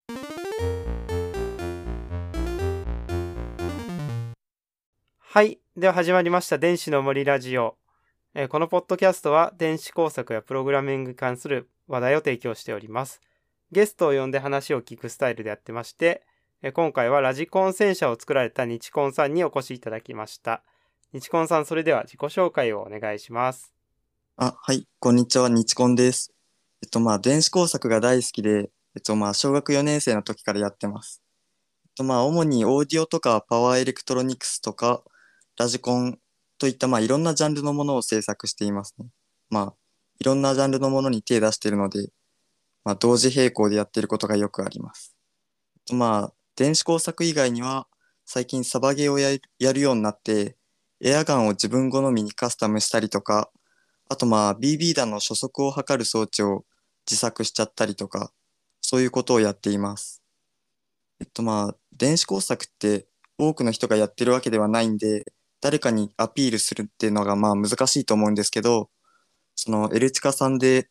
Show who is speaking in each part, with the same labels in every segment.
Speaker 1: はい。では始まりました電子の森ラジオ。このポッドキャストは電子工作やプログラミングに関する話題を提供しております。ゲストを呼んで話を聞くスタイルでやってまして、今回はラジコン戦車を作られた日コンさんにお越しいただきました。日コンさん、それでは自己紹介をお願いします。
Speaker 2: はい、こんにちは、日コンです。電子工作が大好きで、小学4年生の時からやってます。主にオーディオとかパワーエレクトロニクスとか、ラジコンといった、いろんなジャンルのものを制作していますね。いろんなジャンルのものに手出しているので、同時並行でやっていることがよくあります。電子工作以外には、最近サバゲーをやるようになって、エアガンを自分好みにカスタムしたりとか、あとBB 弾の初速を測る装置を自作しちゃったりとか、そういうことをやっています。電子工作って多くの人がやってるわけではないんで、誰かにアピールするっていうのが難しいと思うんですけど、そのエルチカさんで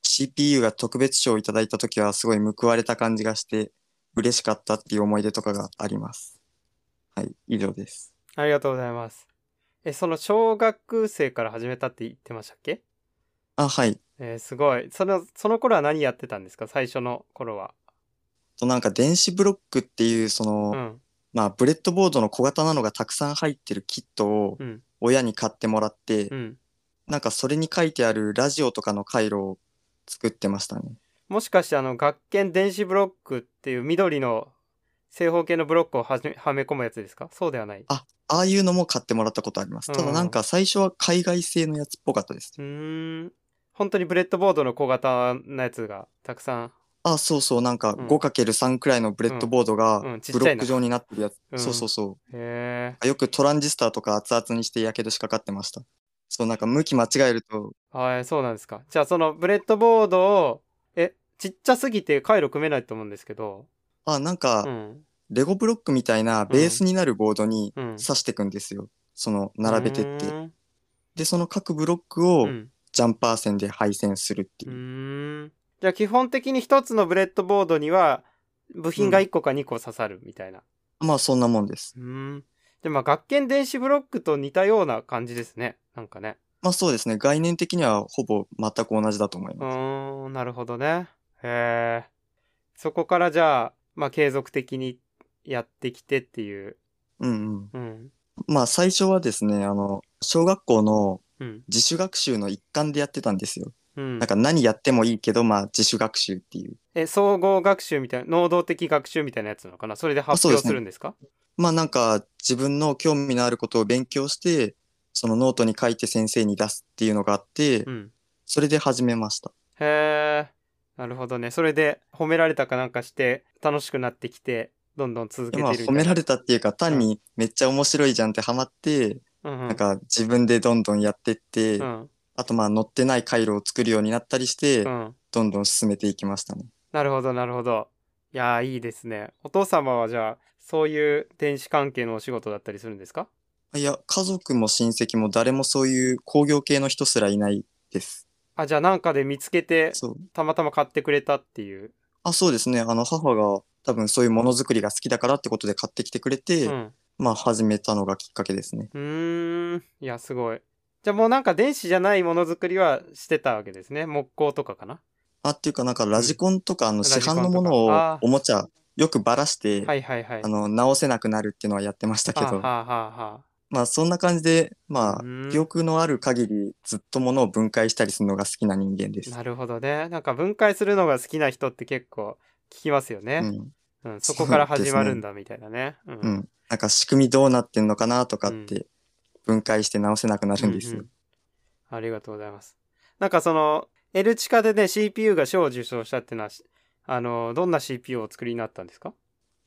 Speaker 2: CPU が特別賞をいただいたときはすごい報われた感じがして嬉しかったっていう思い出とかがあります。はい、以上です。
Speaker 1: ありがとうございます。その小学生から始めたって言ってましたっけ？
Speaker 2: はい。
Speaker 1: すごい。その頃は何やってたんですか？最初の頃は。
Speaker 2: なんか電子ブロックっていう
Speaker 1: うん。
Speaker 2: ブレッドボードの小型なのがたくさん入ってるキットを
Speaker 1: うん。
Speaker 2: 親に買ってもらって、
Speaker 1: うん。
Speaker 2: なんかそれに書いてあるラジオとかの回路を作ってましたね。
Speaker 1: もしかして学研電子ブロックっていう緑の正方形のブロックをはめ込むやつですか？そうではない。
Speaker 2: ああいうのも買ってもらったことあります。ただなん
Speaker 1: うん。
Speaker 2: か最初は海外製のやつっぽかったです
Speaker 1: う
Speaker 2: ね。
Speaker 1: ーん。本当にブレッドボードの小型なやつがたくさん。
Speaker 2: そうそう、なんか
Speaker 1: うん。
Speaker 2: 5×3 くらいのブレッド
Speaker 1: うん。
Speaker 2: ボードが
Speaker 1: うん。ちっ
Speaker 2: ブ
Speaker 1: ちゃいな。
Speaker 2: ロック状になってるやつ。
Speaker 1: うん。
Speaker 2: そうそうそ
Speaker 1: へえ。
Speaker 2: う。よくトランジスタとか熱々にして火傷しかかってました。そう、なんか向き間違えると、
Speaker 1: はい、そうなんですか。じゃあそのブレッドボードを、ちっちゃすぎて回路組めないと思うんですけど。
Speaker 2: なんか
Speaker 1: うん。
Speaker 2: レゴブロックみたいなベー
Speaker 1: うん。
Speaker 2: スになるボードに
Speaker 1: うん。
Speaker 2: 挿していくんですよ。その
Speaker 1: う
Speaker 2: 並べてって。
Speaker 1: ーん。
Speaker 2: で、その各ブロックを
Speaker 1: うん。
Speaker 2: ジャンパー線で配線するって
Speaker 1: う
Speaker 2: いう。
Speaker 1: ーん。じゃあ基本的に一つのブレッドボードには部品が
Speaker 2: うん。
Speaker 1: 1個か2個刺さるみたいな。
Speaker 2: そんなもんです。
Speaker 1: うーん。で、学研電子ブロックと似たような感じですね。なんかね。
Speaker 2: そうですね。概念的にはほぼ全く同じだと思います。
Speaker 1: なるほどね。へえ。そこからじゃあ、継続的にやってきてっていう。
Speaker 2: うんうん。
Speaker 1: うん。
Speaker 2: 最初はですね、小学校の
Speaker 1: うん。
Speaker 2: 自主学習の一環でやってたんですよ。
Speaker 1: うん。
Speaker 2: なんか何やってもいいけど、自主学習っていう。
Speaker 1: 総合学習みたいな、能動的学習みたいなやつなのかな？それで発表
Speaker 2: そうですね。
Speaker 1: するんですか？
Speaker 2: なんか自分の興味のあることを勉強して、そのノートに書いて先生に出すっていうのがあって、
Speaker 1: うん。
Speaker 2: それで始めました。
Speaker 1: へえ。なるほどね。それで褒められたかなんかして楽しくなってきて、どんどん続けているみたいな。
Speaker 2: 褒められたっていうか、単
Speaker 1: うん。
Speaker 2: にめっちゃ面白いじゃんってハマって、
Speaker 1: うんうん。
Speaker 2: なんか自分でどんどんやってって、
Speaker 1: うん。
Speaker 2: あと乗ってない回路を作るようになったりして、
Speaker 1: うん。
Speaker 2: どんどん進めていきましたね。
Speaker 1: なるほど、なるほど。いやー、いいですね。お父様はじゃあ、そういう電子関係のお仕事だったりするんですか？
Speaker 2: いや、家族も親戚も誰もそういう工業系の人すらいないです。
Speaker 1: あ、じゃあなんかで見つけて、
Speaker 2: そう。
Speaker 1: たまたま買ってくれたっていう。
Speaker 2: そうですね。母が多分そういうものづくりが好きだからってことで買ってきてくれて、
Speaker 1: うん。
Speaker 2: 始めたのがきっかけですね。
Speaker 1: いや、すごい。じゃあもうなんか電子じゃないものづくりはしてたわけですね。木工とかかな？
Speaker 2: っていうかなんかラジ
Speaker 1: うん。
Speaker 2: コンとか
Speaker 1: ラ
Speaker 2: 市販の
Speaker 1: ジコンとか。
Speaker 2: ものを
Speaker 1: あ
Speaker 2: おもちゃよくばらし
Speaker 1: あ、
Speaker 2: て、
Speaker 1: はいはいはい。
Speaker 2: 直せなくなるっていうのはやってました
Speaker 1: はあは
Speaker 2: けど、
Speaker 1: あはあはあ。
Speaker 2: そんな感じで、記
Speaker 1: ん。
Speaker 2: 憶のある限りずっとものを分解したりするのが好きな人間です。
Speaker 1: なるほどね。なんか分解するのが好きな人って結構聞きますよね。
Speaker 2: うん。
Speaker 1: うん、そこから
Speaker 2: そうですね。
Speaker 1: 始まるんだみたいなね。うん。
Speaker 2: うん。なんか仕組みどうなってんのかなとか
Speaker 1: うん。
Speaker 2: って分解して直せなくな
Speaker 1: うんう
Speaker 2: るんですよ。
Speaker 1: ん。ありがとうございます。なんかその、L 地下でね、CPU が賞を受賞したっていうのは、どんな CPU をお作りになったんですか？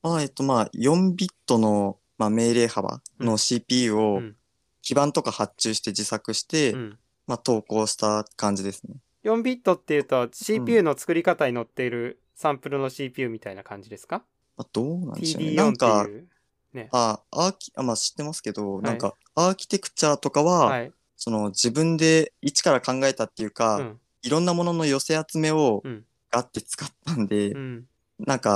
Speaker 2: 4ビットの、命令幅の
Speaker 1: うん。
Speaker 2: CPU を
Speaker 1: うん。
Speaker 2: 基板とか発注して自作して、
Speaker 1: うん。
Speaker 2: 投稿した感じですね。
Speaker 1: 4ビットっていうと
Speaker 2: うん。
Speaker 1: CPU の作り方に載っているサンプルの CPU みたいな感じですか？
Speaker 2: どうなんでしょうね。な
Speaker 1: TD4
Speaker 2: んか、
Speaker 1: っていう。ね。
Speaker 2: 知ってますけど、な
Speaker 1: はい。
Speaker 2: んか、アーキテクチャとかは、
Speaker 1: はい。
Speaker 2: その自分で一から考えたっていうか、
Speaker 1: うん。
Speaker 2: いろんなものの寄せ集めを
Speaker 1: うん。
Speaker 2: ガッて使ったんで、
Speaker 1: うん。
Speaker 2: なんか、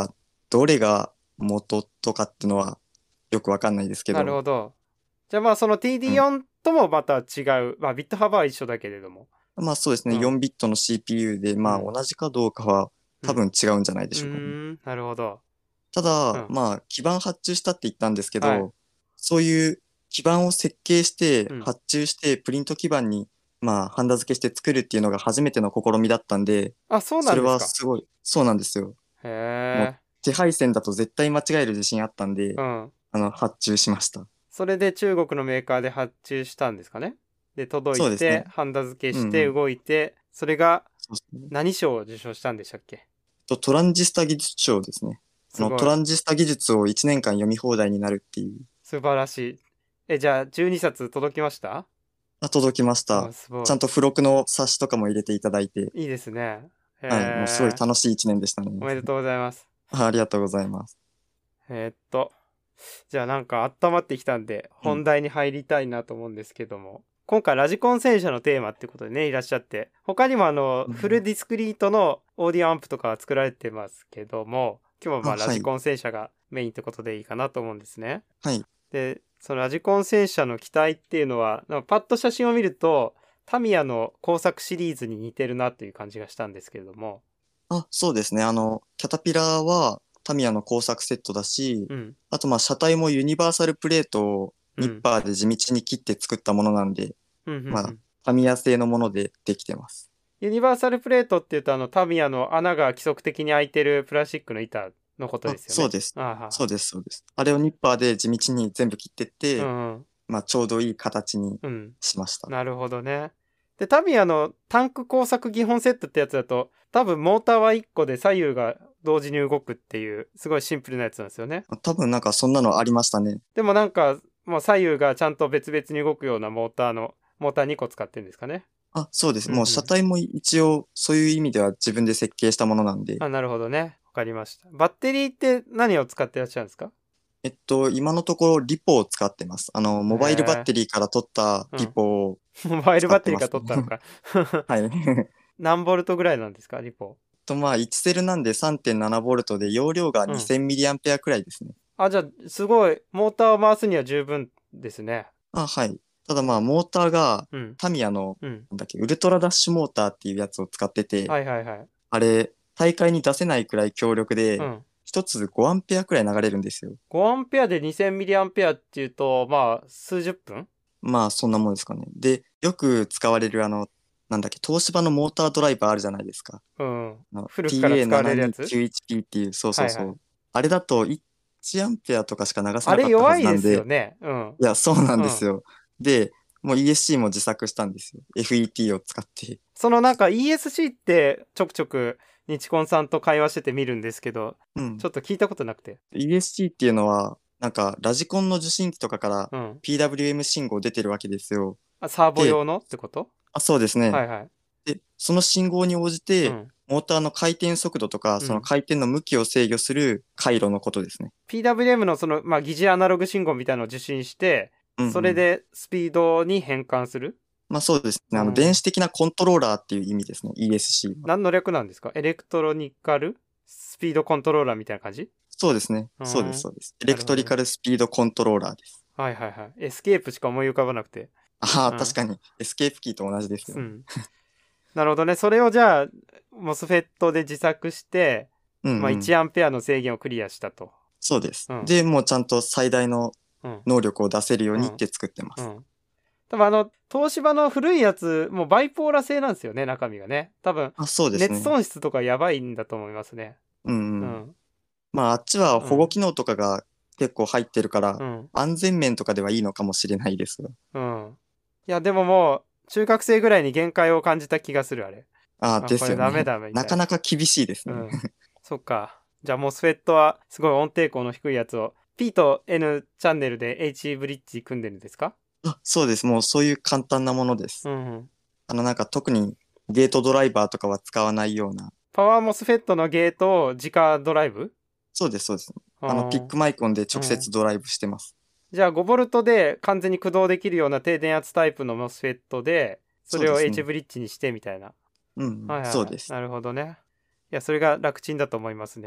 Speaker 2: どれが元とかっていうのはよくわかんないですけ
Speaker 1: なる
Speaker 2: ど、
Speaker 1: ほど。じゃあまあその
Speaker 2: うん。
Speaker 1: TD4 ともまた違う、まあビット幅は一緒だけれども。
Speaker 2: まあそうですね、
Speaker 1: うん。
Speaker 2: 4ビットの CPU で、まあ
Speaker 1: うん。
Speaker 2: 同じかどうかは
Speaker 1: うん。
Speaker 2: 多分違うんじゃないでしょうかね。
Speaker 1: なるほど。
Speaker 2: ただ、
Speaker 1: うん。
Speaker 2: まあ基板発注したって言ったんですけ
Speaker 1: はい。
Speaker 2: ど、そういう基板を設計して
Speaker 1: うん。
Speaker 2: 発注してプリント基板にまあハンダ付けして作るっていうのが初めての試みだったんで、
Speaker 1: あ、そう
Speaker 2: それ
Speaker 1: なんですか。
Speaker 2: はすごい、そうなんですよ。
Speaker 1: へ
Speaker 2: もう
Speaker 1: え。
Speaker 2: 手配線だと絶対間違える自信あったんで、
Speaker 1: うん。
Speaker 2: 発注しました。
Speaker 1: それで中国のメーカーで発注したんですかね。で、届いて、
Speaker 2: そうですね。
Speaker 1: ハンダ付けして
Speaker 2: うんうん。
Speaker 1: 動いて、それが
Speaker 2: そうですね。
Speaker 1: 何賞を受賞したんでしたっけ？
Speaker 2: トランジスタ技術賞ですね。ト
Speaker 1: すごい。
Speaker 2: ランジスタ技術を1年間読み放題になるっていう。
Speaker 1: 素晴らしい。じゃあ12冊届きました？
Speaker 2: 届きまし
Speaker 1: あ、
Speaker 2: た。
Speaker 1: すごい。
Speaker 2: ちゃんと付録の冊子とかも入れていただいて、
Speaker 1: いいですね。へ
Speaker 2: はい、もうすごい
Speaker 1: え。
Speaker 2: 楽しい1年でしたね。
Speaker 1: おめでとうございます。
Speaker 2: ありがとうございます。
Speaker 1: えーっと、じゃあなんか温まってきたんで、
Speaker 2: うん。
Speaker 1: 本題に入りたいなと思うんですけども、今回ラジコン戦車のテーマってことでね、いらっしゃって、他にもフル
Speaker 2: うん。
Speaker 1: ディスクリートのオーディオアンプとかは作られてますけども、今日はまあラ
Speaker 2: はい。
Speaker 1: ジコン戦車がメインってことでいいかなと思うんですね。
Speaker 2: はい。
Speaker 1: で、そのラジコン戦車の機体っていうのは、なんかパッと写真を見ると、タミヤの工作シリーズに似てるなという感じがしたんですけれども、
Speaker 2: そうですね。キャタピラーはタミヤの工作セットだし、
Speaker 1: うん、
Speaker 2: あとまあ車体もユニバーサルプレートをニッ
Speaker 1: うん、
Speaker 2: パーで地道に切って作ったものなんで、
Speaker 1: うん、うん、う
Speaker 2: まあ、
Speaker 1: ん。
Speaker 2: タミヤ製のものでできてます。
Speaker 1: ユニバーサルプレートっていうとタミヤの穴が規則的に開いてるプラスチックの板のことですよね。
Speaker 2: そうです。
Speaker 1: あはは。
Speaker 2: そうです、そうです。あれをニッパーで地道に全部切ってって、
Speaker 1: うんうん。
Speaker 2: まあ、ちょうどいい形に
Speaker 1: うん。
Speaker 2: しました。
Speaker 1: なるほどね。で、タミヤのタンク工作技本セットってやつだと、多分モーターは1個で左右が同時に動くっていう、すごいシンプルなやつなんですよね。
Speaker 2: 多分なんかそんなのありましたね。
Speaker 1: でもなんか、もう左右がちゃんと別々に動くようなモーター2個使ってるんですかね。
Speaker 2: そうです。もう車
Speaker 1: うんうん。
Speaker 2: 体も一応そういう意味では自分で設計したものなんで、
Speaker 1: あ、なるほどね。わかりました。バッテリーって何を使ってらっしゃるんですか？
Speaker 2: 今のところリポを使ってます。モバイルバッ
Speaker 1: へ
Speaker 2: テリーから取った
Speaker 1: え。う
Speaker 2: リ
Speaker 1: ん。
Speaker 2: ポを
Speaker 1: モバイルバッテリーから
Speaker 2: 使ってますね。
Speaker 1: 取ったのか。
Speaker 2: はい。
Speaker 1: 何ボルトぐらいなんですか、リポ？
Speaker 2: まあ、1セルなんで3.7ボルトで容量が
Speaker 1: うん。
Speaker 2: 2000ミリアンペアくらいですね。
Speaker 1: あ、じゃあ、すごい、モーターを回すには十分ですね。
Speaker 2: はい。ただまあ、モーターが
Speaker 1: うん。
Speaker 2: タミヤの、
Speaker 1: うん。
Speaker 2: なんだっけ、ウルトラダッシュモーターっていうやつを使ってて、
Speaker 1: はいはいはい。
Speaker 2: あれ、大会に出せないくらい強力で、
Speaker 1: うん。
Speaker 2: 一つ5アンペアくらい流れるんですよ。
Speaker 1: 5アンペアで2000ミリアンペアっていうと、まあ、数十分。
Speaker 2: まあ、そんなもんですかね。で、よく使われるなんだっけ、東芝のモータードライバーあるじゃないですか。
Speaker 1: うん。
Speaker 2: の
Speaker 1: 古くから使われるやつ。
Speaker 2: TA7291P っていう、そうそう
Speaker 1: はいはい。
Speaker 2: そう。あれだと1アンペアとかしか流せ
Speaker 1: あれ
Speaker 2: なかったは
Speaker 1: 弱いですよ
Speaker 2: ずなんで、
Speaker 1: ね。うん。
Speaker 2: いや、そうなん
Speaker 1: うん。
Speaker 2: ですよ。で、もう ESC も自作したんですよ。FET を使って。
Speaker 1: そのなんか ESC ってちょくちょく日コンさんと会話してて見るんですけど、
Speaker 2: うん。
Speaker 1: ちょっと聞いたことなくて。
Speaker 2: ESC っていうのは、なんか、ラジコンの受信機とかから
Speaker 1: うん。
Speaker 2: PWM 信号出てるわけですよ。
Speaker 1: あ、サーボ
Speaker 2: で、
Speaker 1: 用のってこと？
Speaker 2: そうですね。
Speaker 1: はいはい。
Speaker 2: で、その信号に応じて、
Speaker 1: うん。
Speaker 2: モーターの回転速度とか、その
Speaker 1: うん。
Speaker 2: 回転の向きを制御する回路のことですね。
Speaker 1: PWM のその、まあ、疑似アナログ信号みたいなのを受信して、
Speaker 2: うんうん。
Speaker 1: それでスピードに変換する。
Speaker 2: まあそうですね。電
Speaker 1: うん。
Speaker 2: 子的なコントローラーっていう意味ですね。ESC は。
Speaker 1: 何の略なんですか？エレクトロニカルスピードコントローラーみたいな感じ？
Speaker 2: そうですね。そうです、
Speaker 1: うん。
Speaker 2: そうです。エレクトリ
Speaker 1: なるほどね。
Speaker 2: カルスピードコントローラーです。
Speaker 1: はいはいはい。エスケープしか思い浮かばなくて。
Speaker 2: 確
Speaker 1: うん。
Speaker 2: かに。エスケープキーと同じですよね。
Speaker 1: うん。なるほどね。それをじゃあ、モスフェットで自作して、まあ、
Speaker 2: うんうん。
Speaker 1: 1アンペアの制限をクリアしたと。
Speaker 2: そうです。
Speaker 1: うん。
Speaker 2: で、もうちゃんと最大の
Speaker 1: うん。
Speaker 2: 能力を出せるよう
Speaker 1: うん。
Speaker 2: にって作ってます。
Speaker 1: うん。多分東芝の古いやつ、もうバイポーラ製なんですよね、中身がね。多分、
Speaker 2: そうですね。
Speaker 1: 熱損失とかやばいんだと思いますね。
Speaker 2: うんうん。
Speaker 1: うん。
Speaker 2: まあ、あっちは
Speaker 1: うん。
Speaker 2: 保護機能とかが結構入ってるから、
Speaker 1: うん。
Speaker 2: 安全面とかではいいのかもしれないですが。
Speaker 1: うん。いや、でももう、中学生ぐらいに限界を感じた気がする、あれ。あ、
Speaker 2: で
Speaker 1: これダメ
Speaker 2: すよね。
Speaker 1: だ、み
Speaker 2: なかな
Speaker 1: たいな。
Speaker 2: か厳しいですね。
Speaker 1: うん。そっか。じゃあ、モスフェットは、すごい音抵抗の低いやつを、P と N チャンネルで H ブリッジ組んでるんですか？
Speaker 2: そうです。もうそういう簡単なものです。
Speaker 1: うんうん。
Speaker 2: なんか特にゲートドライバーとかは使わないような。
Speaker 1: パワーモスフェットのゲートを直ドライブ？
Speaker 2: そうです、そうです。
Speaker 1: うん。
Speaker 2: ピックマイコンで直
Speaker 1: うん。
Speaker 2: 接ドライブしてます。
Speaker 1: じゃあ 5V で完全に駆動できるような低電圧タイプのモスフェットで、それを
Speaker 2: そうです
Speaker 1: H
Speaker 2: ね。
Speaker 1: ブリッジにしてみたいな。
Speaker 2: うん、
Speaker 1: はいはいはい。
Speaker 2: そうです。
Speaker 1: なるほどね。いや、それが楽ちんだと思いますね。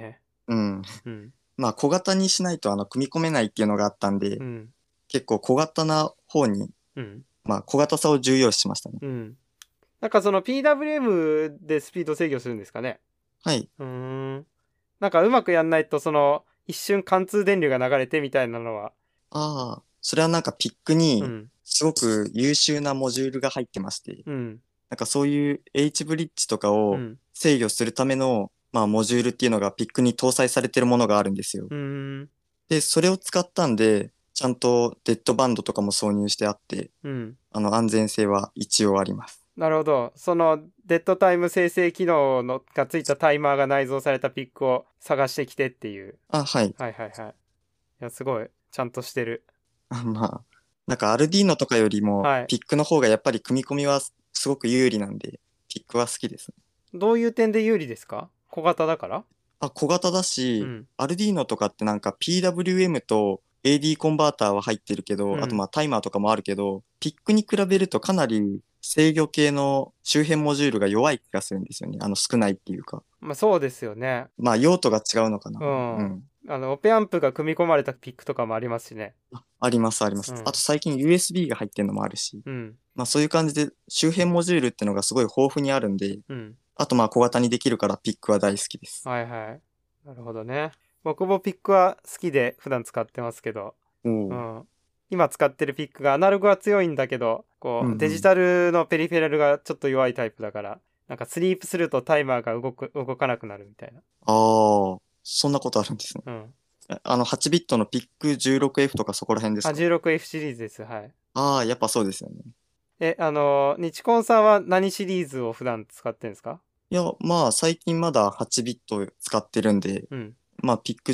Speaker 2: うん。
Speaker 1: うん。
Speaker 2: まあ小型にしないと組み込めないっていうのがあったんで、
Speaker 1: うん。
Speaker 2: 結構小型な方に、
Speaker 1: うん。
Speaker 2: まあ小型さを重要視しましたね。
Speaker 1: うん。なんかその PWM でスピード制御するんですかね。
Speaker 2: はい。
Speaker 1: うーん。なんかうまくやんないとその一瞬貫通電流が流れてみたいなのは。
Speaker 2: ああ、それはなんかピックに
Speaker 1: うん。
Speaker 2: すごく優秀なモジュールが入ってまして、
Speaker 1: うん。
Speaker 2: なんかそういう H ブリッジとかを
Speaker 1: うん。
Speaker 2: 制御するための、まあ、モジュールっていうのがピックに搭載されてるものがあるんですよ。
Speaker 1: うーん。
Speaker 2: で、それを使ったんで、ちゃんとデッドバンドとかも挿入してあって、
Speaker 1: うん。
Speaker 2: 安全性は一応あります。
Speaker 1: なるほど。そのデッドタイム生成機能のがついたタイマーが内蔵されたピックを探してきてっていう。
Speaker 2: あ、はい。
Speaker 1: はいはいはい。いや、すごい。ちゃんとしてる。
Speaker 2: まあ、なんかアルディーノとかよりも、
Speaker 1: はい。
Speaker 2: ピックの方がやっぱり組み込みはすごく有利なんで、ピックは好きですね。
Speaker 1: どういう点で有利ですか？小型だから？
Speaker 2: あ、小型だし、
Speaker 1: うん。
Speaker 2: アルディーノとかってなんか PWM と AD コンバーターは入ってるけど、あと
Speaker 1: うん。
Speaker 2: まあタイマーとかもあるけど、ピックに比べるとかなり制御系の周辺モジュールが弱い気がするんですよね。少ないっていうか。
Speaker 1: まあそうですよね。
Speaker 2: まあ用途が違うのかな。
Speaker 1: うん。
Speaker 2: うん。
Speaker 1: オペアンプが組み込まれたピックとかもありますしね。
Speaker 2: あります、あります。あと
Speaker 1: うん。
Speaker 2: 最近 USB が入ってるのもあるし、
Speaker 1: うん。
Speaker 2: まあそういう感じで周辺モジュールってのがすごい豊富にあるんで、
Speaker 1: うん。
Speaker 2: あとまあ小型にできるからピックは大好きです。
Speaker 1: はいはい。なるほどね。僕もピックは好きで普段使ってますけど、
Speaker 2: おお。
Speaker 1: うん。今使ってるピックがアナログは強いんだけど、こう、デジ
Speaker 2: うんうん。
Speaker 1: タルのペリフェラルがちょっと弱いタイプだから、なんかスリープするとタイマーが動かなくなるみたいな。
Speaker 2: ああ、そんなことあるんですね。
Speaker 1: うん。
Speaker 2: 8ビットのピック 16F とかそこら辺です
Speaker 1: あ、
Speaker 2: か？
Speaker 1: 16F シリーズです。はい。
Speaker 2: ああー、やっぱそうですよね。
Speaker 1: 日コンさんは何シリーズを普段使ってるんですか？
Speaker 2: いや、まあ最近まだ8ビット使ってるんで、
Speaker 1: うん。
Speaker 2: まあピック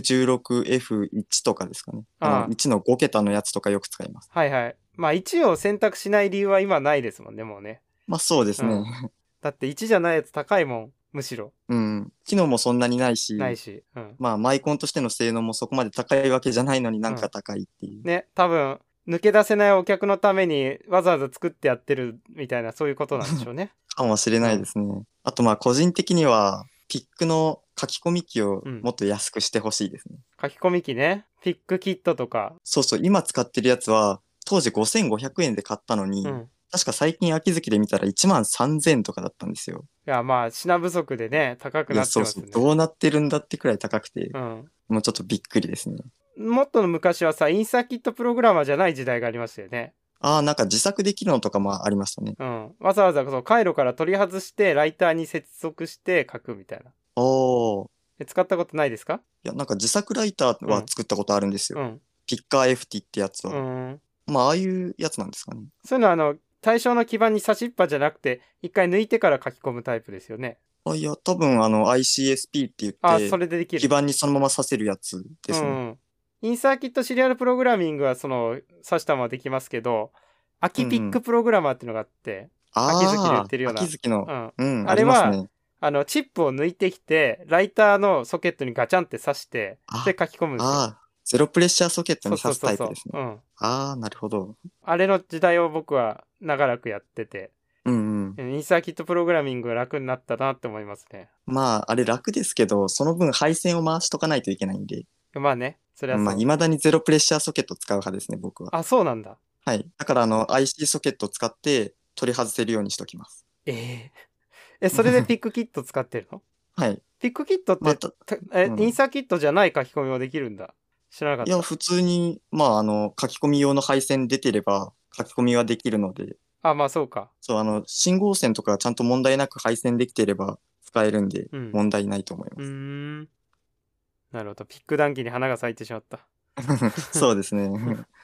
Speaker 2: 16F1 とかですかね。
Speaker 1: あ
Speaker 2: 1の5桁のやつとかよく使います。
Speaker 1: あ、はいはい。まあ1を選択しない理由は今ないですもんね、もうね。
Speaker 2: まあそうですね。
Speaker 1: うん。だって1じゃないやつ高いもん、むしろ。
Speaker 2: うん。機能もそんなにないし、
Speaker 1: ないし。うん。
Speaker 2: まあマイコンとしての性能もそこまで高いわけじゃないのになんか
Speaker 1: うん。
Speaker 2: 高いっていう。
Speaker 1: ね、多分、抜け出せないお客のためにわざわざ作ってやってるみたいな、そういうことなんでしょうね。
Speaker 2: かもしれ
Speaker 1: うん。
Speaker 2: ないですね。あとまあ個人的には、ピックの書き込み機を
Speaker 1: うん。
Speaker 2: もっと安くしてほしいですね。
Speaker 1: 書き込み機ね。ピックキットとか。
Speaker 2: そうそう、今使ってるやつは、当時5500円で買ったのに、
Speaker 1: うん。
Speaker 2: 確か最近秋月で見たら1万3000とかだったんですよ。
Speaker 1: いや、まあ、品不足でね、高く
Speaker 2: いや、
Speaker 1: なって
Speaker 2: そうそう、
Speaker 1: ますね。
Speaker 2: どうなってるんだってくらい高くて、
Speaker 1: うん。
Speaker 2: もうちょっとびっくりですね。
Speaker 1: もっとの昔はさ、インサーキットプログラマーじゃない時代がありましたよね。
Speaker 2: ああ、なんか自作できるのとかもありましたね。
Speaker 1: うん。わざわざそう回路から取り外して、ライターに接続して書くみたいな。
Speaker 2: おー。
Speaker 1: 使ったことないですか？
Speaker 2: いや、なんか自作ライターは
Speaker 1: うん。
Speaker 2: 作ったことあるんですよ。
Speaker 1: うん。
Speaker 2: ピッカー FT ってやつは。
Speaker 1: うん。
Speaker 2: まあ、ああいうやつなんですかね。
Speaker 1: そういうのは、対象の基板に差しっぱじゃなくて、一回抜いてから書き込むタイプですよね。
Speaker 2: あ、いや、多分ICSP って言っ
Speaker 1: あ、そ
Speaker 2: て、
Speaker 1: れでできる。
Speaker 2: 基板にそのままさせるやつですね。
Speaker 1: うん。インサーキットシリアルプログラミングは挿したままできますけど、秋ピッ
Speaker 2: うんうん。
Speaker 1: クプログラマーっていうのがあって、秋月で売っ
Speaker 2: ああ、
Speaker 1: てるような。
Speaker 2: 秋月の、
Speaker 1: うん。
Speaker 2: うん、あ
Speaker 1: あれは、
Speaker 2: りますね。
Speaker 1: チップを抜いてきて、ライターのソケットにガチャンって挿して、
Speaker 2: あ、
Speaker 1: で書き込むんですよ。
Speaker 2: ああ、ゼロプレッシャーソケット
Speaker 1: そう
Speaker 2: に挿す
Speaker 1: そうそうそ
Speaker 2: タイプですね。
Speaker 1: う。うん。
Speaker 2: ああ、なるほど。
Speaker 1: あれの時代を僕は長らくやってて、
Speaker 2: うんうん。
Speaker 1: インサーキットプログラミングが楽になったなって思いますね。
Speaker 2: まあ、あれ楽ですけど、その分配線を回しとかないといけないんで、
Speaker 1: まあね、そりゃ
Speaker 2: まあ、
Speaker 1: そう。
Speaker 2: 未だにゼロプレッシャーソケット使う派ですね、僕は。
Speaker 1: あ、そうなんだ。
Speaker 2: はい。だからIC ソケットを使って取り外せるようにしときます。
Speaker 1: ええそれでピックキット使ってるの？
Speaker 2: はい。
Speaker 1: ピックキットって、
Speaker 2: また、
Speaker 1: イン
Speaker 2: うん。
Speaker 1: サーキットじゃない書き込みもできるんだ。知らなか
Speaker 2: いや、
Speaker 1: った。
Speaker 2: 普通に、まあ、書き込み用の配線出てれば、書き込みはできるので、
Speaker 1: あ、まあそうか。
Speaker 2: そう、信号線とかちゃんと問題なく配線できてれば使えるんで、
Speaker 1: うん。
Speaker 2: 問題ないと思い
Speaker 1: うー
Speaker 2: ます。
Speaker 1: ん。なるほど。ピック談義に花が咲いてしまった。
Speaker 2: そうですね。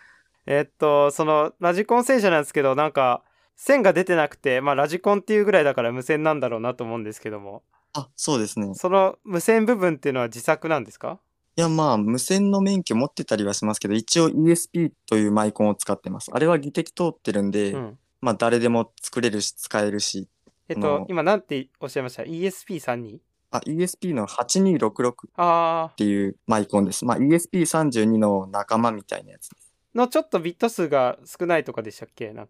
Speaker 1: ラジコン戦車なんですけど、なんか、線が出てなくて、まあラジコンっていうぐらいだから無線なんだろうなと思うんですけども、
Speaker 2: あ、そうですね。
Speaker 1: その無線部分っていうのは自作なんですか？
Speaker 2: いや、まあ、無線の免許持ってたりはしますけど、一応 ESP というマイコンを使ってます。あれは技適通ってるんで、
Speaker 1: うん。
Speaker 2: まあ、誰でも作れるし、使えるし、
Speaker 1: 今なんておっしゃいました？ ESP32？
Speaker 2: ESP の8266っ
Speaker 1: あ
Speaker 2: ていうマイコンです。まあ、ESP32 の仲間みたいなやつです。
Speaker 1: のちょっとビット数が少ないとかでしたっけ？なんか。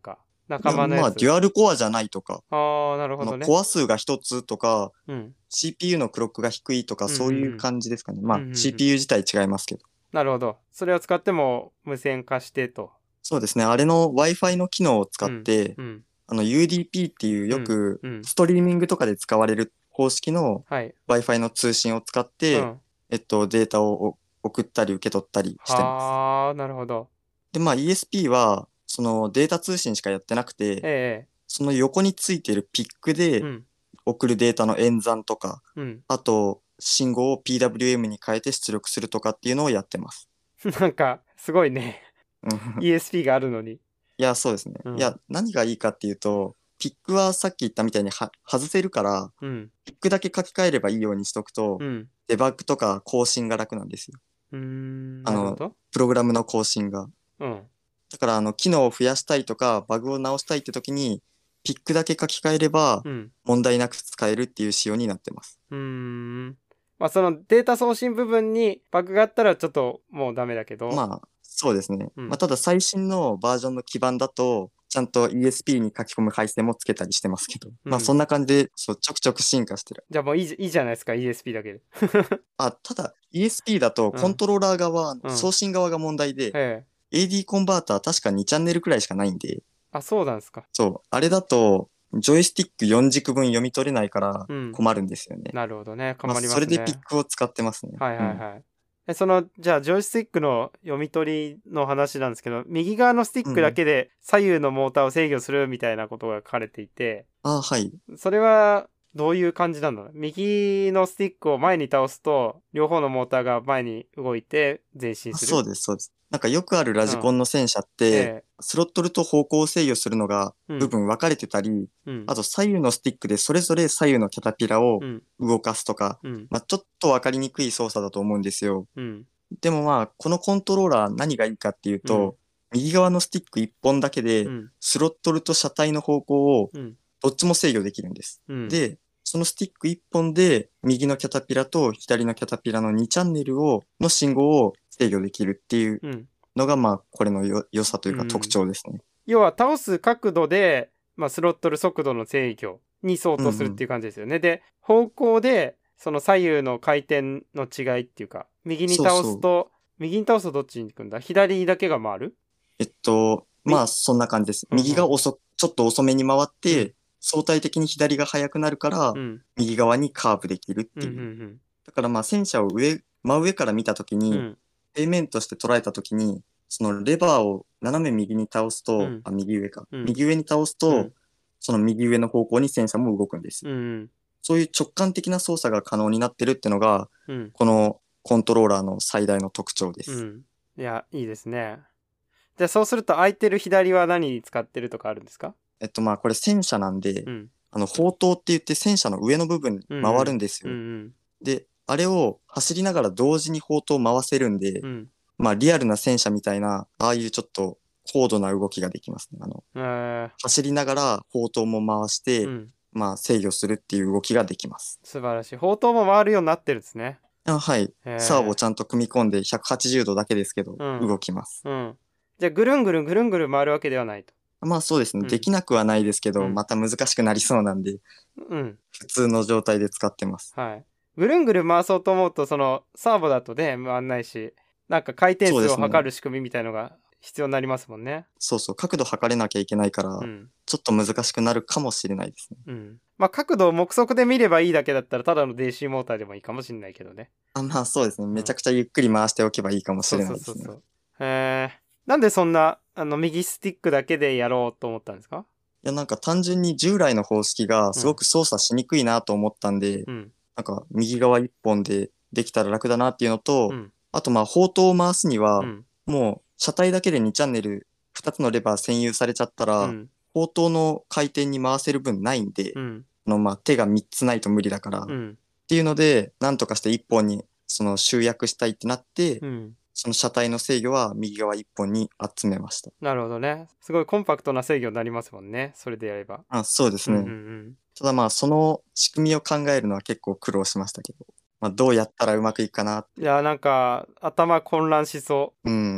Speaker 1: 仲
Speaker 2: いや、まあ、
Speaker 1: 間のやつ。
Speaker 2: デュアルコアじゃないとか、
Speaker 1: ああ、なるほどね。
Speaker 2: コア数が一つとか、
Speaker 1: うん。
Speaker 2: CPU のクロックが低いとか、
Speaker 1: うん、う
Speaker 2: そういう
Speaker 1: ん、
Speaker 2: 感じですかね。
Speaker 1: うん。う
Speaker 2: まあ、
Speaker 1: ん、うん、うん。
Speaker 2: CPU 自体違いますけど。
Speaker 1: なるほど。それを使っても無線化してと。
Speaker 2: そうですね。あれの Wi-Fi の機能を使
Speaker 1: うん、
Speaker 2: って、
Speaker 1: うん、
Speaker 2: UDP っていう
Speaker 1: うん、
Speaker 2: よく
Speaker 1: うん。
Speaker 2: ストリーミングとかで使われる方式の
Speaker 1: はい。
Speaker 2: Wi-Fi の通信を使って、
Speaker 1: うん。
Speaker 2: データを送ったり受け取ったりしてます。
Speaker 1: はあ、なるほど。
Speaker 2: で、まあ ESP は、そのデータ通信しかやってなくて、
Speaker 1: ええ、
Speaker 2: その横についているピックで
Speaker 1: うん、
Speaker 2: 送るデータの演算とか、
Speaker 1: うん。
Speaker 2: あと、信号を PWM に変えて出力するとかっていうのをやってます。
Speaker 1: なんか、すごいね。
Speaker 2: うん。
Speaker 1: ESP があるのに。
Speaker 2: いや、そうですね。いや、
Speaker 1: うん、
Speaker 2: 何がいいかっていうと、ピックはさっき言ったみたいに外せるから、
Speaker 1: うん、
Speaker 2: ピックだけ書き換えればいいようにしとくと、
Speaker 1: うん。
Speaker 2: デバッグとか更新が楽なんですよ。あの、
Speaker 1: なるほど。
Speaker 2: プログラムの更新が。
Speaker 1: うん、
Speaker 2: だから、機能を増やしたいとか、バグを直したいって時に、ピックだけ書き換えれば、
Speaker 1: うん。
Speaker 2: 問題なく使えるっていう仕様になってます。
Speaker 1: うーん。まあ、そのデータ送信部分にバグがあったらちょっともうダメだけど。
Speaker 2: まあ、そうですね。まあ、
Speaker 1: うん。
Speaker 2: ただ最新のバージョンの基盤だと、ちゃんと ESP に書き込む配線もつけたりしてますけど。まあ、
Speaker 1: うん。
Speaker 2: そんな感じで、そう、ちょくちょく進化してる。
Speaker 1: じゃあもういいじゃないですか、ESP だけで。
Speaker 2: ただ ESP だと
Speaker 1: うん。
Speaker 2: コントローラー側、
Speaker 1: うん。
Speaker 2: 送信側が問題で、
Speaker 1: ええ。
Speaker 2: AD コンバーター確か2チャンネルくらいしかないんで、
Speaker 1: あ、そうなんですか。
Speaker 2: そう、あれだと、ジョイスティック4軸分読み取れないから
Speaker 1: うん。
Speaker 2: 困るんですよね。
Speaker 1: なるほどね。
Speaker 2: まあ、
Speaker 1: 困りま
Speaker 2: それでピッ
Speaker 1: すね。
Speaker 2: クを使ってますね。
Speaker 1: はい
Speaker 2: うん。
Speaker 1: はいはい。じゃあ、ジョイスティックの読み取りの話なんですけど、右側のスティックだ
Speaker 2: うん。
Speaker 1: けで左右のモーターを制御するみたいなことが書かれていて、
Speaker 2: はい。
Speaker 1: それはどういう感じなんだろう。右のスティックを前に倒すと、両方のモーターが前に動いて前進する。
Speaker 2: そうです、そうです。なんかよくあるラジコ
Speaker 1: うん。
Speaker 2: ンの戦車って、
Speaker 1: ええ。
Speaker 2: スロットルと方向を制御するのが
Speaker 1: うん。
Speaker 2: 部分分かれてたり、
Speaker 1: うん。
Speaker 2: あと左右のスティックでそれぞれ左右のキャタピラを
Speaker 1: うん。
Speaker 2: 動かすとか、
Speaker 1: うん。
Speaker 2: まあ、ちょっと分かりにくい操作だと思うんですよ。
Speaker 1: うん。
Speaker 2: でもまあ、このコントローラー何がいいかっていう
Speaker 1: うん。
Speaker 2: と、右側のスティック1本だけで、
Speaker 1: うん。
Speaker 2: スロットルと車体の方向を
Speaker 1: うん。
Speaker 2: どっちも制御できるんです。
Speaker 1: うん。
Speaker 2: で、そのスティック1本で、右のキャタピラと左のキャタピラの2チャンネルの信号を制御できるっていう
Speaker 1: うん。
Speaker 2: のが、まあ、これの良さというか特
Speaker 1: うん。
Speaker 2: 徴ですね。
Speaker 1: 要は倒す角度で、まあ、スロットル速度の制御に相当するって
Speaker 2: うんうん。
Speaker 1: いう感じですよね。で、方向で、その左右の回転の違いっていうか、
Speaker 2: そうそう。
Speaker 1: 右に倒すとどっちに行くんだ？左だけが回る？
Speaker 2: ま
Speaker 1: み、
Speaker 2: あ、そんな感じです。
Speaker 1: うんうん。
Speaker 2: ちょっと遅めに回っ
Speaker 1: うん。
Speaker 2: て、相対的に左が速くなるから、
Speaker 1: うん。
Speaker 2: 右側にカーブできるっ
Speaker 1: うん。う
Speaker 2: ていう。
Speaker 1: ん。
Speaker 2: だからまあ、戦車を真上から見たときに、
Speaker 1: うん。
Speaker 2: 平面として捉えたときに、そのレバーを斜め右に倒すと、
Speaker 1: うん。
Speaker 2: 右上か。
Speaker 1: うん。
Speaker 2: 右上に倒すと、
Speaker 1: うん。
Speaker 2: その右上の方向に戦車も動くんです。
Speaker 1: うん。
Speaker 2: そういう直感的な操作が可能になってるってのが、
Speaker 1: うん。
Speaker 2: このコントローラーの最大の特徴です。
Speaker 1: うん。いや、いいですね。じゃあそうすると空いてる左は何に使ってるとかあるんですか？
Speaker 2: まあこれ戦車なんで、
Speaker 1: うん。
Speaker 2: 砲塔って言って戦車の上の部分
Speaker 1: うん。
Speaker 2: 回
Speaker 1: うん。う
Speaker 2: るんですよ。
Speaker 1: ん。
Speaker 2: で、あれを走りながら同時に砲塔を回せるんで、
Speaker 1: うん。
Speaker 2: まあリアルな戦車みたいな、ああいうちょっと高度な動きができますね。走りながら砲塔も回して、
Speaker 1: うん。
Speaker 2: まあ制御するっていう動きができます。
Speaker 1: 素晴らしい。砲塔も回るようになってるんですね。
Speaker 2: はい。サーボ
Speaker 1: へ
Speaker 2: ちゃんと組み込んで180度だけですけど、
Speaker 1: え。うん。
Speaker 2: 動きます。
Speaker 1: うん。じゃあ、ぐるんぐるんぐるんぐるん回るわけではないと。
Speaker 2: まあそうですね。
Speaker 1: うん。
Speaker 2: できなくはないですけど、
Speaker 1: うん。
Speaker 2: また難しくなりそうなんで、
Speaker 1: うん。
Speaker 2: 普通の状態で使ってます。
Speaker 1: はい。ぐるんぐるん回そうと思うと、サーボだとね、回んないし、なんか回転数を
Speaker 2: そうですね。
Speaker 1: 測る仕組みみたいのが必要になりますもんね。
Speaker 2: そうそう。角度測れなきゃいけないから、
Speaker 1: うん。
Speaker 2: ちょっと難しくなるかもしれないですね。
Speaker 1: うん。まあ、角度を目測で見ればいいだけだったら、ただの DC モーターでもいいかもしれないけどね。
Speaker 2: まあそうですね。
Speaker 1: うん。
Speaker 2: めちゃくちゃゆっくり回しておけばいいかもし
Speaker 1: そう
Speaker 2: れないですね。
Speaker 1: そうそうそう。なんでそんな、右スティックだけでやろうと思ったんですか？
Speaker 2: いや、なんか単純に従来の方式が
Speaker 1: うん。
Speaker 2: すごく操作しにくいなと思ったんで、
Speaker 1: うん。
Speaker 2: なんか右側一本でできたら楽だなっていうのと、
Speaker 1: うん。
Speaker 2: あとまあ砲塔を回すには、
Speaker 1: うん。
Speaker 2: もう車体だけで2チャンネル、2つのレバー占有されちゃったら、
Speaker 1: うん。
Speaker 2: 砲塔の回転に回せる分ないんで、
Speaker 1: うん。
Speaker 2: まあ手が3つないと無理だから、っ
Speaker 1: うん。
Speaker 2: ていうので、なんとかして1本にその集約したいってなって、
Speaker 1: うん。
Speaker 2: その車体の制御は右側1本に集めました。
Speaker 1: なるほどね。すごいコンパクトな制御になりますもんね。それでやれば。
Speaker 2: そうです
Speaker 1: うんうんう
Speaker 2: ね。
Speaker 1: ん。
Speaker 2: ただまあ、その仕組みを考えるのは結構苦労しましたけど、まあ、どうやったらうまくいくかな。
Speaker 1: いや、なんか、頭混乱しそ
Speaker 2: うん。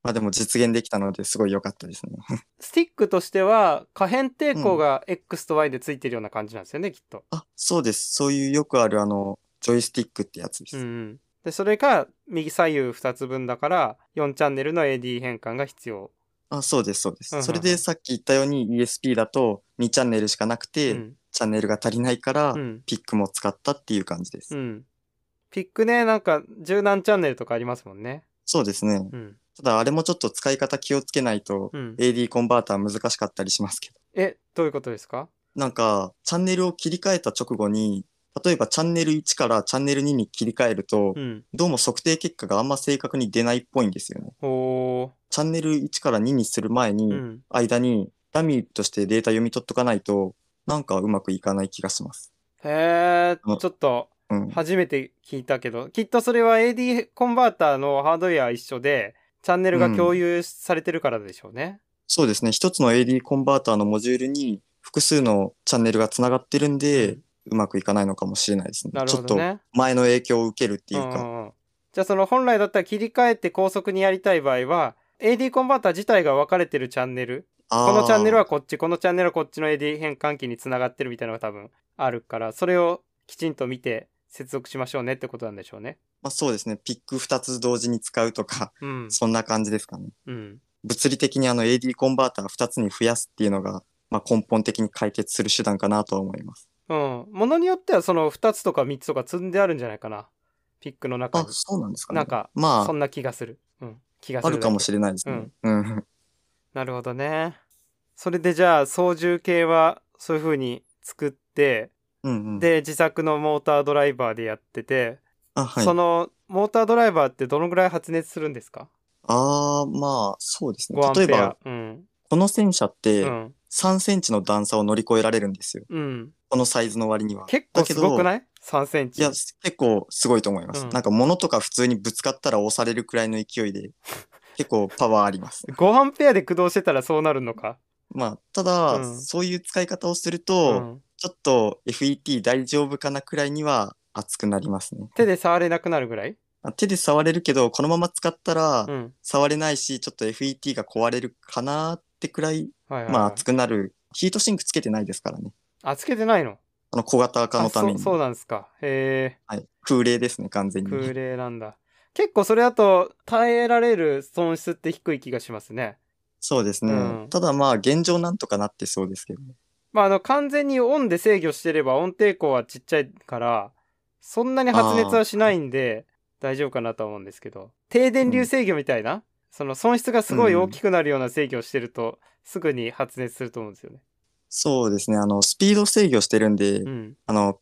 Speaker 2: まあでも実現できたのですごい良かったですね。
Speaker 1: スティックとしては可変抵
Speaker 2: うん。
Speaker 1: 抗が X と Y でついてるような感じなんですよね、きっと。
Speaker 2: あ、そうです。そういうよくあるジョイスティックってやつで
Speaker 1: うんう
Speaker 2: す。
Speaker 1: ん。で、それが右左右2つ分だから4チャンネルの AD 変換が必要。
Speaker 2: あ、そうです、そうです。
Speaker 1: うんうんう
Speaker 2: それで
Speaker 1: ん。
Speaker 2: さっき言ったように ESP だと2チャンネルしかなくて、
Speaker 1: うん。
Speaker 2: チャンネルが足りないから
Speaker 1: うん。
Speaker 2: ピックも使ったっていう感じです。
Speaker 1: うん。ピックね、なんか十何チャンネルとかありますもんね。
Speaker 2: そうですね。
Speaker 1: うん。
Speaker 2: ただあれもちょっと使い方気をつけないと
Speaker 1: うん。
Speaker 2: AD コンバーター難しかったりしますけど。
Speaker 1: どういうことですか？
Speaker 2: なんか、チャンネルを切り替えた直後に、例えばチャンネル1からチャンネル2に切り替えると、
Speaker 1: うん。
Speaker 2: どうも測定結果があんま正確に出ないっぽいんですよね。
Speaker 1: ほ
Speaker 2: チャンネル1から2にする前
Speaker 1: ー。う
Speaker 2: に、
Speaker 1: ん。
Speaker 2: 間にダミーとしてデータ読み取っとかないと、なんかうまくいかない気がします。
Speaker 1: へー、
Speaker 2: あの
Speaker 1: ちょっと
Speaker 2: うん。
Speaker 1: 初めて聞いたけど、きっとそれは AD コンバーターのハードウェア一緒で、チャンネルが共
Speaker 2: うん。
Speaker 1: 有されてるからでしょうね。
Speaker 2: そうですね。一つの AD コンバーターのモジュールに複数のチャンネルがつながってるんで、
Speaker 1: うん。
Speaker 2: うまくいかないのかもしれないですね。
Speaker 1: なる
Speaker 2: ちょっと
Speaker 1: ほどね。
Speaker 2: 前の影響を受けるって
Speaker 1: うんう
Speaker 2: いうか。
Speaker 1: んうん。じゃあその本来だったら切り替えて高速にやりたい場合は、AD コンバーター自体が分かれてるチャンネル、このチャンネル
Speaker 2: ああ。
Speaker 1: はこっち、このチャンネルはこっちの AD 変換器につながってるみたいなのが多分あるから、それをきちんと見て接続しましょうねってことなんでしょうね。
Speaker 2: まあそうですね。ピック2つ同時に使うとか、
Speaker 1: うん。
Speaker 2: そんな感じですかね。
Speaker 1: うん。
Speaker 2: 物理的にAD コンバーター2つに増やすっていうのが、まあ根本的に解決する手段かなとは思います。
Speaker 1: うん。ものによってはその2つとか3つとか積んであるんじゃないかな。ピックの中
Speaker 2: あ、
Speaker 1: に。
Speaker 2: そうなんですかね。
Speaker 1: なんか、そ
Speaker 2: ま
Speaker 1: んな気がする。うん。気が
Speaker 2: あ、あるかもし
Speaker 1: するだけ。
Speaker 2: れないですね。
Speaker 1: うん。
Speaker 2: うん。
Speaker 1: なるほどね。それでじゃあ操縦系はそういう風に作って、
Speaker 2: うんうん。
Speaker 1: で、自作のモータードライバーでやってて、
Speaker 2: あ、はい。
Speaker 1: そのモータードライバーってどのぐらい発熱するんですか？
Speaker 2: ああ、まあ、そうですね。
Speaker 1: 5 アン
Speaker 2: 例えば、
Speaker 1: ペア。うん。
Speaker 2: この戦車って
Speaker 1: うん。
Speaker 2: 3センチの段差を乗り越えられるんですよ。
Speaker 1: うん。
Speaker 2: このサイズの割には。
Speaker 1: 結構すごく
Speaker 2: だけど、
Speaker 1: ない？ 3 セン
Speaker 2: いや、
Speaker 1: チ。
Speaker 2: 結構すごいと思います。なん
Speaker 1: うん。
Speaker 2: か物とか普通にぶつかったら押されるくらいの勢いで、結構パワーあります。
Speaker 1: 5アンペアで駆動してたらそうなるのか。
Speaker 2: まあ、ただ、
Speaker 1: うん。
Speaker 2: そういう使い方をすると、
Speaker 1: うん。
Speaker 2: ちょっと FET 大丈夫かなくらいには熱くなりますね。
Speaker 1: 手で触れなくなるぐらい？
Speaker 2: 手で触れるけど、このまま使ったら
Speaker 1: うん。
Speaker 2: 触れないし、ちょっと FET が壊れるかなってくらい、まあ熱
Speaker 1: はいはいはい。
Speaker 2: くなる。ヒートシンクつけてないですからね。
Speaker 1: あ、つけてないの？
Speaker 2: 小型化
Speaker 1: あ、そう、
Speaker 2: のために。
Speaker 1: そうなんですか。へえ。
Speaker 2: はい。空冷ですね、完全に。
Speaker 1: 空冷なんだ。結構それだと耐えられる損失って低い気がしますね。
Speaker 2: そうですね。
Speaker 1: うん。
Speaker 2: ただまあ、現状なんとかなってそうですけどね。
Speaker 1: まあ、完全にオンで制御してれば音抵抗はちっちゃいから、そんなに発熱
Speaker 2: ああ、
Speaker 1: はしないんで、大丈夫かなと思うんですけど、低電
Speaker 2: うん。
Speaker 1: 流制御みたいな、その損失がすごい大
Speaker 2: うん。
Speaker 1: きくなるような制御をしてると、すぐに発熱すると思うんですよね。
Speaker 2: そうですね。スピード制御してるんで、
Speaker 1: うん。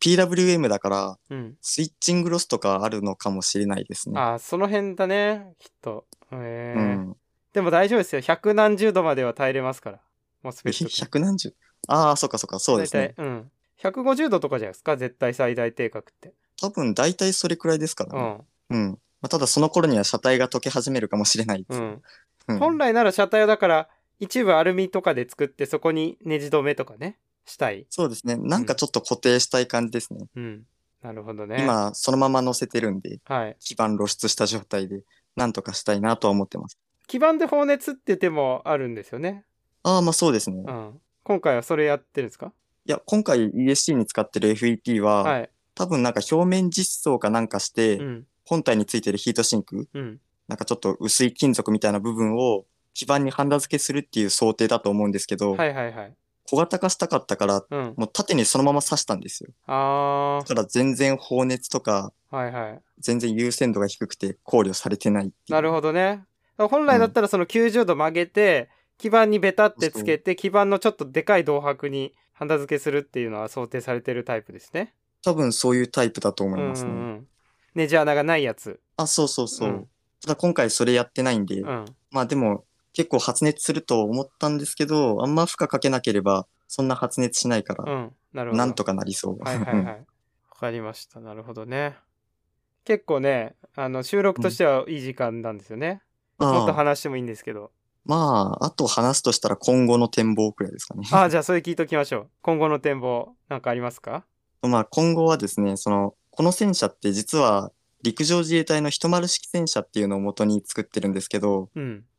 Speaker 2: PWM だから、
Speaker 1: うん。
Speaker 2: スイッチングロスとかあるのかもしれないですね。
Speaker 1: ああ、その辺だね、きっと。へえ。
Speaker 2: うん。
Speaker 1: でも大丈夫ですよ。百何十度までは耐えれますから。モスフェットって。
Speaker 2: 百何十。ああ、そっかそっか、そう
Speaker 1: だいたい、
Speaker 2: ですね。
Speaker 1: うん。150度とかじゃないですか、絶対最大定格って。
Speaker 2: 多分大体それくらいですからね。
Speaker 1: うん。
Speaker 2: うん。まあ、ただその頃には車体が溶け始めるかもしれないですけど。
Speaker 1: うん。
Speaker 2: うん。
Speaker 1: 本来なら車体をだから一部アルミとかで作ってそこにネジ止めとかね、したい。
Speaker 2: そうですね。なんか
Speaker 1: うん。
Speaker 2: ちょっと固定したい感じですね。
Speaker 1: うん。なるほどね。
Speaker 2: 今、そのまま乗せてるんで、
Speaker 1: はい。
Speaker 2: 基盤露出した状態で、なんとかしたいなとは思ってます。
Speaker 1: 基板で放熱って手もあるんですよね。
Speaker 2: ああ、まあそうですね。
Speaker 1: うん。今回はそれやってるんですか？
Speaker 2: いや、今回 ESC に使ってる FET は、
Speaker 1: はい。
Speaker 2: 多分なんか表面実装かなんかして、
Speaker 1: うん。
Speaker 2: 本体についてるヒートシンク、
Speaker 1: うん。
Speaker 2: なんかちょっと薄い金属みたいな部分を基板にハンダ付けするっていう想定だと思うんですけど、
Speaker 1: はいはいはい。
Speaker 2: 小型化したかったから、
Speaker 1: うん。
Speaker 2: もう縦にそのまま刺したんですよ。だ
Speaker 1: あ
Speaker 2: から全然放熱とか、
Speaker 1: ー。はいはい。
Speaker 2: 全然優先度が低くて考慮されてないって
Speaker 1: なる
Speaker 2: いう。
Speaker 1: ほどね。本
Speaker 2: うん。
Speaker 1: 来だったらその90度曲げて、基板にベタって
Speaker 2: そう。
Speaker 1: つけて、基板のちょっとでかい銅箔にハンダ付けするっていうのは想定されてるタイプですね。
Speaker 2: 多分そういうタイプだと思
Speaker 1: うんう
Speaker 2: いますね。
Speaker 1: んうん。ネジ穴がないやつ。
Speaker 2: あ、そうそうそう。
Speaker 1: うん。
Speaker 2: ただ今回それやってないんで、
Speaker 1: うん。
Speaker 2: まあでも結構発熱すると思ったんですけど、あんま負荷かけなければそんな発熱しないから、
Speaker 1: うん。なるほど。
Speaker 2: なんとかなりそう。
Speaker 1: はい
Speaker 2: うん。
Speaker 1: はいはい。わかりました。なるほどね。結構ね、収録
Speaker 2: うん。
Speaker 1: としてはいい時間なんですよね。もっと
Speaker 2: ああ、
Speaker 1: 話してもいいんですけど。
Speaker 2: まあ、あと話すとしたら今後の展望くらいですかね。
Speaker 1: ああ、じゃあそれ聞いときましょう。今後の展望、なんかありますか？
Speaker 2: まあ今後はですね、この戦車って実は陸上自衛隊の10式戦車っていうのを元に作ってるんですけど、
Speaker 1: うん。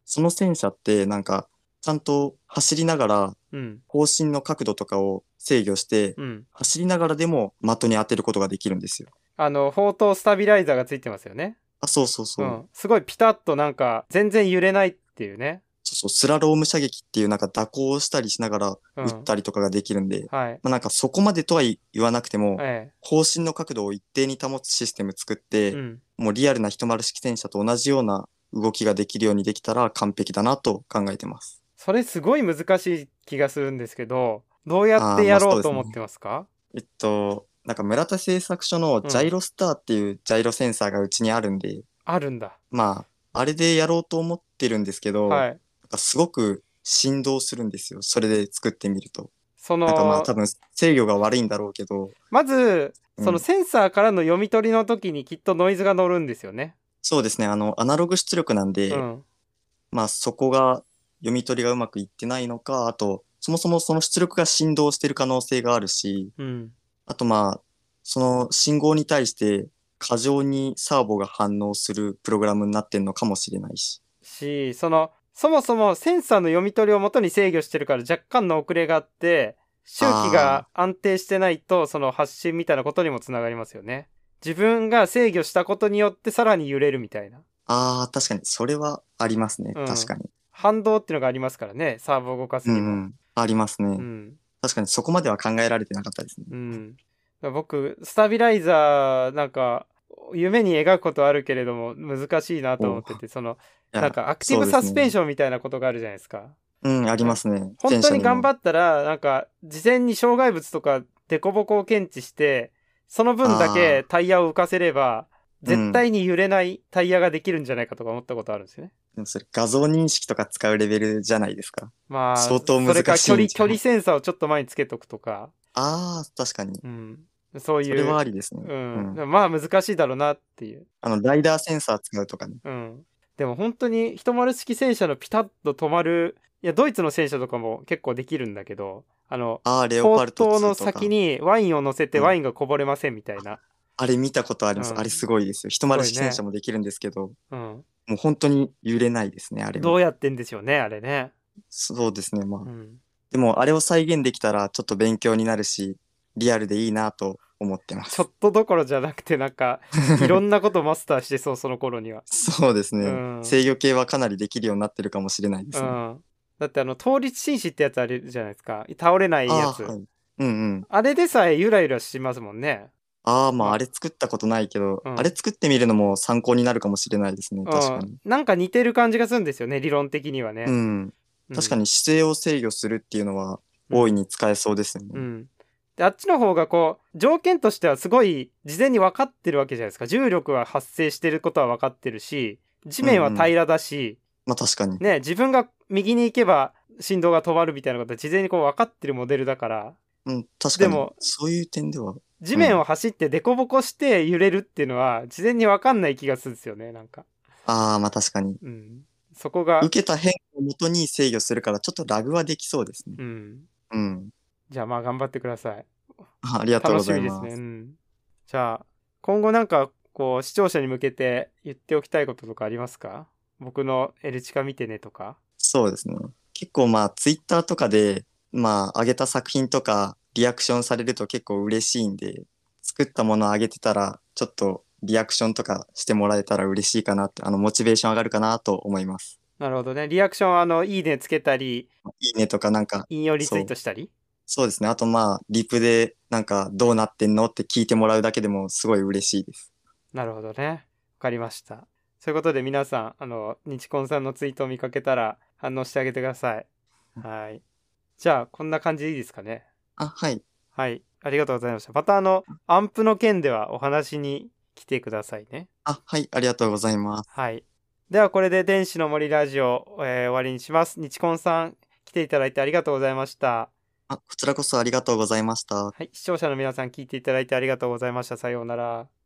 Speaker 2: その戦車ってなんか、ちゃんと走りながら、
Speaker 1: うん。
Speaker 2: 砲身の角度とかを制御して、
Speaker 1: うん。
Speaker 2: 走りながらでも的に当てることができるんですよ。
Speaker 1: 砲塔スタビライザーがついてますよね。
Speaker 2: あ、そうそうそう。
Speaker 1: うん。すごいピタッとなんか、全然揺れないっていうね。
Speaker 2: そうそう、スラローム射撃っていうなんか蛇行をしたりしながら撃っ
Speaker 1: うん。
Speaker 2: たりとかができるんで、
Speaker 1: はい。
Speaker 2: まあなんかそこまでとは言わなくても、
Speaker 1: ええ。
Speaker 2: 砲身の角度を一定に保つシステム作って、
Speaker 1: うん。
Speaker 2: もうリアルな一丸式戦車と同じような動きができるようにできたら完璧だなと考えてます。
Speaker 1: それすごい難しい気がするんですけど、どうやっ
Speaker 2: ああ、ま
Speaker 1: てや
Speaker 2: あそうですね。
Speaker 1: ろうと思ってますか？
Speaker 2: なんか村田製作所の
Speaker 1: うん。
Speaker 2: ジャイロスターっていうジャイロセンサーがうちにあるんで、
Speaker 1: あるんだ。
Speaker 2: まあ、あれでやろうと思ってるんですけど、
Speaker 1: はい。
Speaker 2: なんかすごく振動するんですよ。それで作ってみると。
Speaker 1: そ
Speaker 2: なんかまあ
Speaker 1: の、
Speaker 2: 多分制御が悪いんだろうけど、
Speaker 1: まず、
Speaker 2: うん。
Speaker 1: そのセンサーからの読み取りの時にきっとノイズが乗るんですよね。
Speaker 2: そうですね。アナログ出力なんで、
Speaker 1: うん。
Speaker 2: まあそこが読み取りがうまくいってないのか、あと、そもそもその出力が振動してる可能性があるし、
Speaker 1: うん。
Speaker 2: あとまあ、その信号に対して過剰にサーボが反応するプログラムになってんのかもしれないし。
Speaker 1: そもそもセンサーの読み取りをもとに制御してるから若干の遅れがあって、周期が
Speaker 2: あ
Speaker 1: 安定してないと、その発信みたいなことにもつながりますよね。自分が制御したことによってさらに揺れるみたいな。
Speaker 2: あ、確かに、それはありますね。
Speaker 1: うん。
Speaker 2: 確かに。
Speaker 1: 反動っていうのがありますからね、サーブを動かすにも。
Speaker 2: うんうん。ありますね。
Speaker 1: うん。
Speaker 2: 確かにそこまでは考えられてなかったですね。
Speaker 1: うん。僕、スタビライザーなんか、夢に描くことあるけれども、難しいなと
Speaker 2: おう。
Speaker 1: 思ってて、
Speaker 2: いや、
Speaker 1: なんかアクティブサスペン
Speaker 2: そうですね。
Speaker 1: ションみたいなことがあるじゃないですか。
Speaker 2: うん、ありますね。
Speaker 1: 本当に頑張
Speaker 2: 戦車にも。
Speaker 1: ったら、なんか、事前に障害物とか凸凹を検知して、その分だけ
Speaker 2: ああ、
Speaker 1: タイヤを浮かせれば、
Speaker 2: うん。
Speaker 1: 絶対に揺れないタイヤができるんじゃないかとか思ったことあるんですよね。
Speaker 2: でもそれ画像認識とか使うレベルじゃないですか。
Speaker 1: まあ、
Speaker 2: 相当難
Speaker 1: それか距離
Speaker 2: しいんじゃない？
Speaker 1: センサーをちょっと前につけとくとか、
Speaker 2: ああ、確かに。
Speaker 1: うん。そう
Speaker 2: それは
Speaker 1: いう、
Speaker 2: ありですね。
Speaker 1: うん。
Speaker 2: うん。
Speaker 1: まあ難しいだろうなっていう。
Speaker 2: ライダーセンサー使うとかね。
Speaker 1: うん。でも本当に一丸式戦車のピタッと止まる、いや、ドイツの戦車とかも結構できるんだけど、
Speaker 2: ああ、レオ
Speaker 1: 砲
Speaker 2: パルト2
Speaker 1: 塔の
Speaker 2: とか。
Speaker 1: 先にワインを乗せて
Speaker 2: うん。
Speaker 1: ワインがこぼれませんみたいな。
Speaker 2: あれ見たことあります。あれ
Speaker 1: うん。
Speaker 2: すごいですよ。一
Speaker 1: す
Speaker 2: 丸式戦車
Speaker 1: ごいね。
Speaker 2: もできるんですけど、
Speaker 1: うん。
Speaker 2: もう本当に揺れないですね、あれは。
Speaker 1: どうやってんでしょうね、あれね。
Speaker 2: そうですね、まあ。
Speaker 1: うん。
Speaker 2: でも、あれを再現できたらちょっと勉強になるし、リアルでいいなと思ってま
Speaker 1: ちょっ
Speaker 2: す。
Speaker 1: とどころじゃなくてなんか、いろんなことマスターしてそう、その頃には。
Speaker 2: そうです
Speaker 1: う
Speaker 2: ね。
Speaker 1: ん。
Speaker 2: 制御系はかなりできるようになってるかもしれないですね。
Speaker 1: うん。だって倒立紳士ってやつあるじゃないですか。倒れないや
Speaker 2: ああ、
Speaker 1: つ。
Speaker 2: はい。うんうん。
Speaker 1: あれでさえゆらゆらしますもんね。
Speaker 2: ああ、まあ、あ
Speaker 1: ま
Speaker 2: れ作ったことないけど、あれ
Speaker 1: うん。
Speaker 2: 作ってみるのも参考になるかもしれないですね。
Speaker 1: うん。
Speaker 2: 確かに。
Speaker 1: なんか似てる感じがするんですよね、理論的にはね。
Speaker 2: うん。確か
Speaker 1: うん。
Speaker 2: に姿勢を制御するっていうのは
Speaker 1: うん。
Speaker 2: 大いに使えそうですよね。
Speaker 1: うん。で、あっちの方が条件としてはすごい事前に分かってるわけじゃないですか。重力は発生してることは分かってるし、地
Speaker 2: うんうん。
Speaker 1: 面は平らだし、
Speaker 2: まあ確かに。
Speaker 1: ね、自分が右に行けば振動が止まるみたいなことは事前に分かってるモデルだから、
Speaker 2: うん、確かに。
Speaker 1: でも、
Speaker 2: そういう点では。
Speaker 1: 地面を
Speaker 2: うん。
Speaker 1: 走ってデコボコして揺れるっていうのは事前に分かんない気がするんですよね、なんか。
Speaker 2: ああ、まあ確かに。
Speaker 1: うん。そこが、
Speaker 2: 受けた変化をもとに制御するから、ちょっとラグはできそうですね。
Speaker 1: うん。
Speaker 2: うん。
Speaker 1: じゃあまあ頑張ってください。
Speaker 2: ありがとう
Speaker 1: 楽
Speaker 2: ご
Speaker 1: しみですね。う
Speaker 2: ざいます。
Speaker 1: ん。じゃあ、今後なんか、視聴者に向けて言っておきたいこととかありますか？僕のエルチカ見てねとか。
Speaker 2: そうですね。結構まあ、ツイッターとかで、まあ、上げた作品とか、リアクションされると結構嬉しいんで、作ったものを上げてたら、ちょっとリアクションとかしてもらえたら嬉しいかなって、モチベーション上がるかなと思います。
Speaker 1: なるほどね。リアクション、いいねつけたり、
Speaker 2: いいねとかなんか、
Speaker 1: 引用リツイー
Speaker 2: そう、
Speaker 1: トしたり。
Speaker 2: そうですね。あとまあ、リプでなんかどうなってんのって聞いてもらうだけでもすごい嬉しいです。
Speaker 1: なるほどね。わかりました。そういうことで皆さん、日コンさんのツイートを見かけたら反応してあげてください。はい。じゃあ、こんな感じでいいですかね。
Speaker 2: あ、はい。
Speaker 1: はい。ありがとうございました。またアンプの件ではお話に来てくださいね。
Speaker 2: あ、はい。ありがとうございます。
Speaker 1: はい。ではこれで電子の森ラジオ、終わりにします。日コンさん来ていただいてありがとうございました。
Speaker 2: あ、こちらこそありがとうございました。
Speaker 1: はい。視聴者の皆さん聞いていただいてありがとうございました。さようなら。